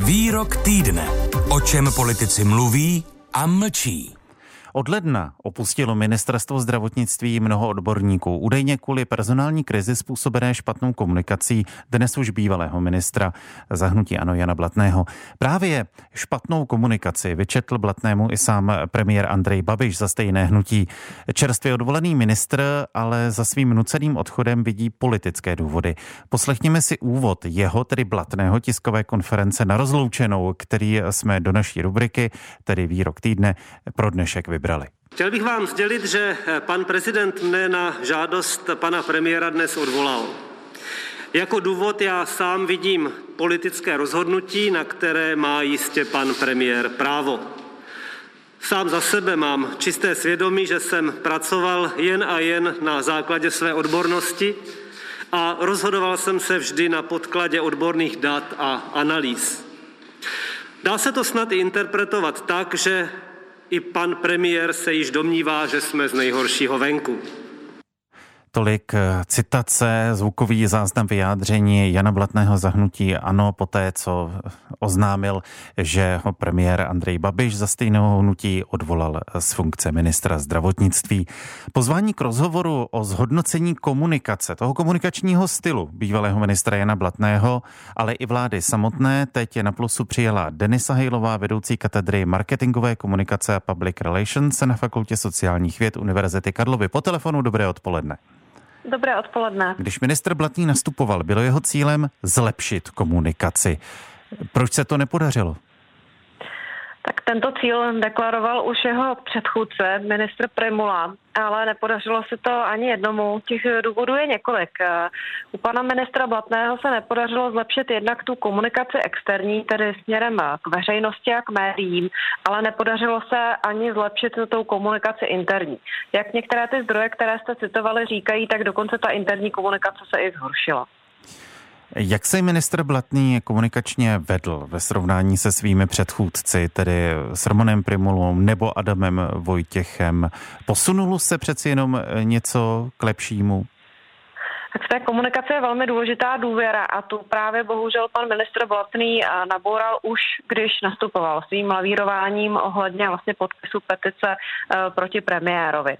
Výrok týdne. O čem politici mluví a mlčí. Od ledna opustilo ministerstvo zdravotnictví mnoho odborníků, údajně kvůli personální krizi způsobené špatnou komunikací dnes už bývalého ministra za hnutí ANO Jana Blatného. Právě špatnou komunikaci vyčetl Blatnému i sám premiér Andrej Babiš za stejné hnutí. Čerstvě odvolený ministr ale za svým nuceným odchodem vidí politické důvody. Poslechněme si úvod jeho, tedy Blatného, tiskové konference na rozloučenou, který jsme do naší rubriky, tedy Výrok týdne, pro dnešek vybrali. Chtěl bych vám sdělit, že pan prezident mne na žádost pana premiéra dnes odvolal. Jako důvod já sám vidím politické rozhodnutí, na které má jistě pan premiér právo. Sám za sebe mám čisté svědomí, že jsem pracoval jen a jen na základě své odbornosti a rozhodoval jsem se vždy na podkladě odborných dat a analýz. Dá se to snad i interpretovat tak, že i pan premiér se již domnívá, že jsme z nejhoršího venku. Tolik citace, zvukový záznam vyjádření Jana Blatného za hnutí ANO poté, co oznámil, že ho premiér Andrej Babiš za stejného hnutí odvolal z funkce ministra zdravotnictví. Pozvání k rozhovoru o zhodnocení komunikace, toho komunikačního stylu bývalého ministra Jana Blatného, ale i vlády samotné, teď na Plusu přijela Denisa Hejlová, vedoucí katedry marketingové komunikace a public relations na Fakultě sociálních věd Univerzity Karlovy. Po telefonu dobré odpoledne. Dobré odpoledne. Když ministr Blatný nastupoval, bylo jeho cílem zlepšit komunikaci. Proč se to nepodařilo? Tak tento cíl deklaroval už jeho předchůdce, ministr Prymula, ale nepodařilo se to ani jednomu. Těch důvodů je několik. U pana ministra Blatného se nepodařilo zlepšit jednak tu komunikaci externí, tedy směrem k veřejnosti a k médiím, ale nepodařilo se ani zlepšit tou komunikaci interní. Jak některé ty zdroje, které jste citovali, říkají, tak dokonce ta interní komunikace se i zhoršila. Jak se ministr Blatný komunikačně vedl ve srovnání se svými předchůdci, tedy s Romanem Prymulou nebo Adamem Vojtěchem? Posunulo se přeci jenom něco k lepšímu? Tak v té komunikaci je velmi důležitá důvěra a tu právě bohužel pan ministr Blatný naboural už, když nastupoval svým lavírováním ohledně vlastně podpisu petice proti premiérovi.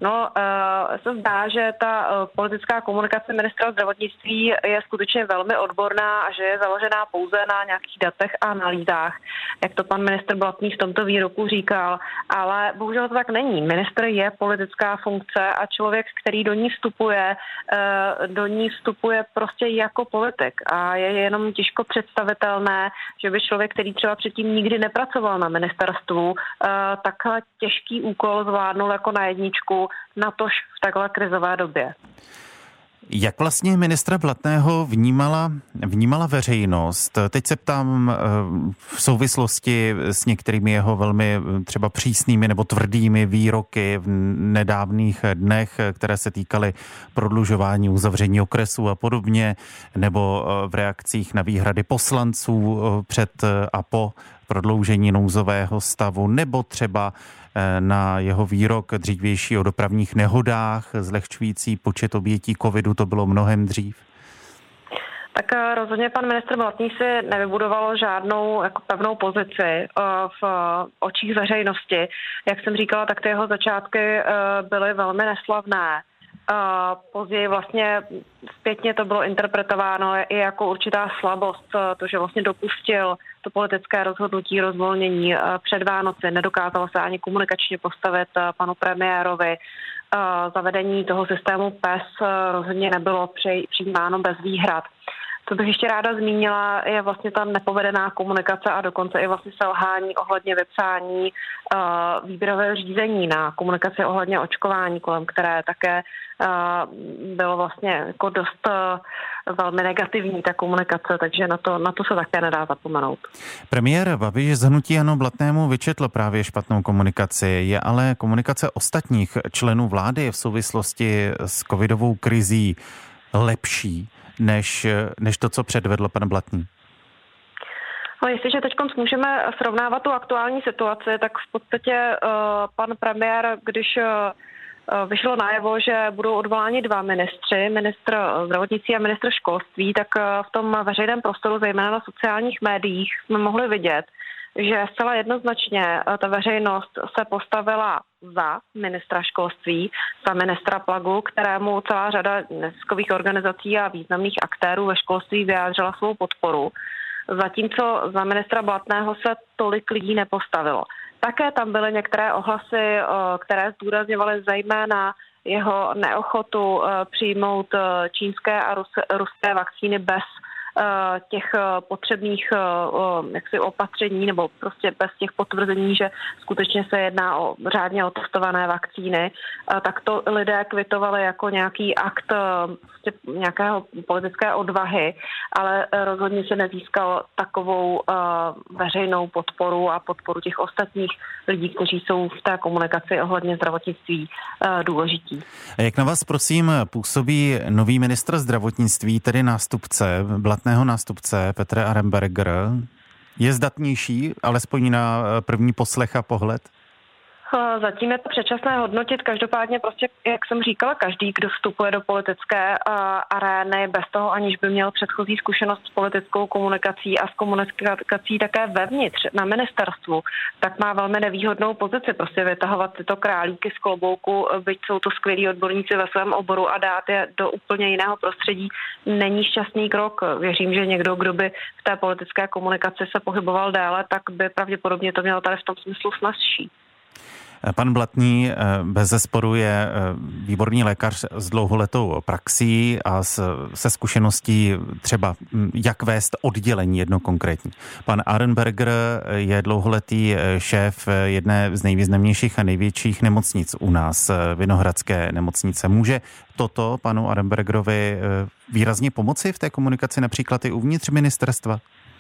Se zdá, že ta politická komunikace ministra zdravotnictví je skutečně velmi odborná a že je založená pouze na nějakých datech a analýzách, jak to pan ministr Blatný v tomto výroku říkal, ale bohužel to tak není. Ministr je politická funkce a člověk, který do ní vstupuje prostě jako politik a je jenom těžko představitelné, že by člověk, který třeba předtím nikdy nepracoval na ministerstvu, takhle těžký úkol zvládnul jako na jedničku, natož v takhle krizové době. Jak vlastně ministra Blatného vnímala veřejnost? Teď se ptám v souvislosti s některými jeho velmi třeba přísnými nebo tvrdými výroky v nedávných dnech, které se týkaly prodlužování uzavření okresů a podobně, nebo v reakcích na výhrady poslanců před a po prodloužení nouzového stavu, nebo třeba na jeho výrok dřívější o dopravních nehodách, zlehčující počet obětí covidu, to bylo mnohem dřív? Tak rozhodně pan ministr Blatný si nevybudoval žádnou jako pevnou pozici v očích veřejnosti. Jak jsem říkala, tak ty jeho začátky byly velmi neslavné. Později vlastně zpětně to bylo interpretováno i jako určitá slabost, to, že vlastně dopustil to politické rozhodnutí rozvolnění před Vánoci, nedokázalo se ani komunikačně postavit panu premiérovi. Zavedení toho systému PES rozhodně nebylo přijímáno bez výhrad. Co bych ještě ráda zmínila, je vlastně ta nepovedená komunikace a dokonce i vlastně selhání ohledně vypsání výběrového řízení na komunikaci ohledně očkování, kolem které také bylo vlastně jako dost velmi negativní ta komunikace, takže na to se také nedá zapomenout. Premiér Babiš z hnutí ANO Blatnému vyčetl právě špatnou komunikaci. Je ale komunikace ostatních členů vlády v souvislosti s covidovou krizí lepší než to, co předvedl pan Blatný? No, jestliže teď můžeme srovnávat tu aktuální situaci, tak v podstatě pan premiér, když vyšlo najevo, že budou odvoláni 2 ministři, ministr zdravotnictví a ministr školství, tak v tom veřejném prostoru, zejména na sociálních médiích, jsme mohli vidět, že zcela jednoznačně ta veřejnost se postavila za ministra školství, za ministra Plagu, kterému celá řada neziskových organizací a významných aktérů ve školství vyjádřila svou podporu, zatímco za ministra Blatného se tolik lidí nepostavilo. Také tam byly některé ohlasy, které zdůrazňovaly zejména jeho neochotu přijmout čínské a ruské vakcíny bez těch potřebných jaksi opatření nebo prostě bez těch potvrzení, že skutečně se jedná o řádně otestované vakcíny, tak to lidé kvitovali jako nějaký akt nějakého politické odvahy, ale rozhodně se nezískal takovou veřejnou podporu a podporu těch ostatních lidí, kteří jsou v té komunikaci ohledně zdravotnictví důležití. A jak na vás, prosím, působí nový ministr zdravotnictví, tedy nástupce, Blatného nástupce Petr Arenberger? Je zdatnější, alespoň na první poslech a pohled? Zatím je to předčasné hodnotit, každopádně prostě, jak jsem říkala, každý, kdo vstupuje do politické arény bez toho, aniž by měl předchozí zkušenost s politickou komunikací a s komunikací také vevnitř na ministerstvu, tak má velmi nevýhodnou pozici prostě vytahovat tyto králíky z klobouku, byť jsou to skvělí odborníci ve svém oboru a dát je do úplně jiného prostředí, není šťastný krok. Věřím, že někdo, kdo by v té politické komunikaci se pohyboval déle, tak by pravděpodobně to mělo tady v tom smyslu snazší. Pan Blatný bezesporu je výborný lékař s dlouholetou praxí a se zkušeností třeba, jak vést oddělení jedno konkrétní. Pan Arenberger je dlouholetý šéf jedné z nejvýznamnějších a největších nemocnic u nás, Vinohradské nemocnice. Může toto panu Arenbergerovi výrazně pomoci v té komunikaci například i uvnitř ministerstva?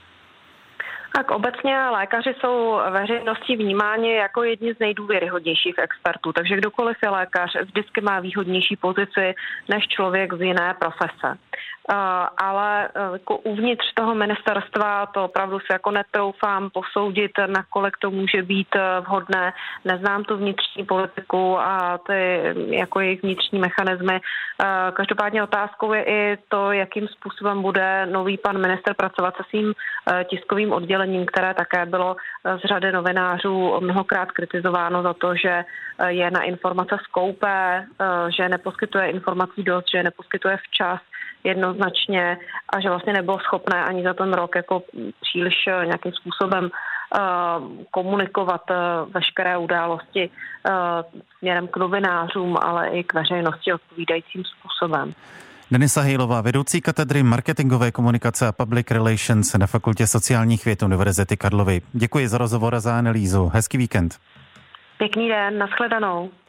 Tak obecně lékaři jsou veřejností vnímáni jako jedni z nejdůvěryhodnějších expertů, takže kdokoliv je lékař, vždycky má výhodnější pozici než člověk z jiné profese. Ale jako uvnitř toho ministerstva to opravdu se jako netroufám posoudit, nakolik to může být vhodné. Neznám tu vnitřní politiku a ty jako jejich vnitřní mechanismy. Každopádně otázkou je i to, jakým způsobem bude nový pan ministr pracovat se svým tiskovým oddělením, které také bylo z řady novinářů mnohokrát kritizováno za to, že je na informace skoupé, že neposkytuje informací dost, že neposkytuje včas, jednoznačně a že vlastně nebylo schopné ani za ten rok jako příliš nějakým způsobem komunikovat veškeré události směrem k novinářům, ale i k veřejnosti odpovídajícím způsobem. Denisa Hejlová, vedoucí katedry marketingové komunikace a public relations na Fakultě sociálních věd Univerzity Karlovy. Děkuji za rozhovor a za analýzu. Hezký víkend. Pěkný den, nashledanou.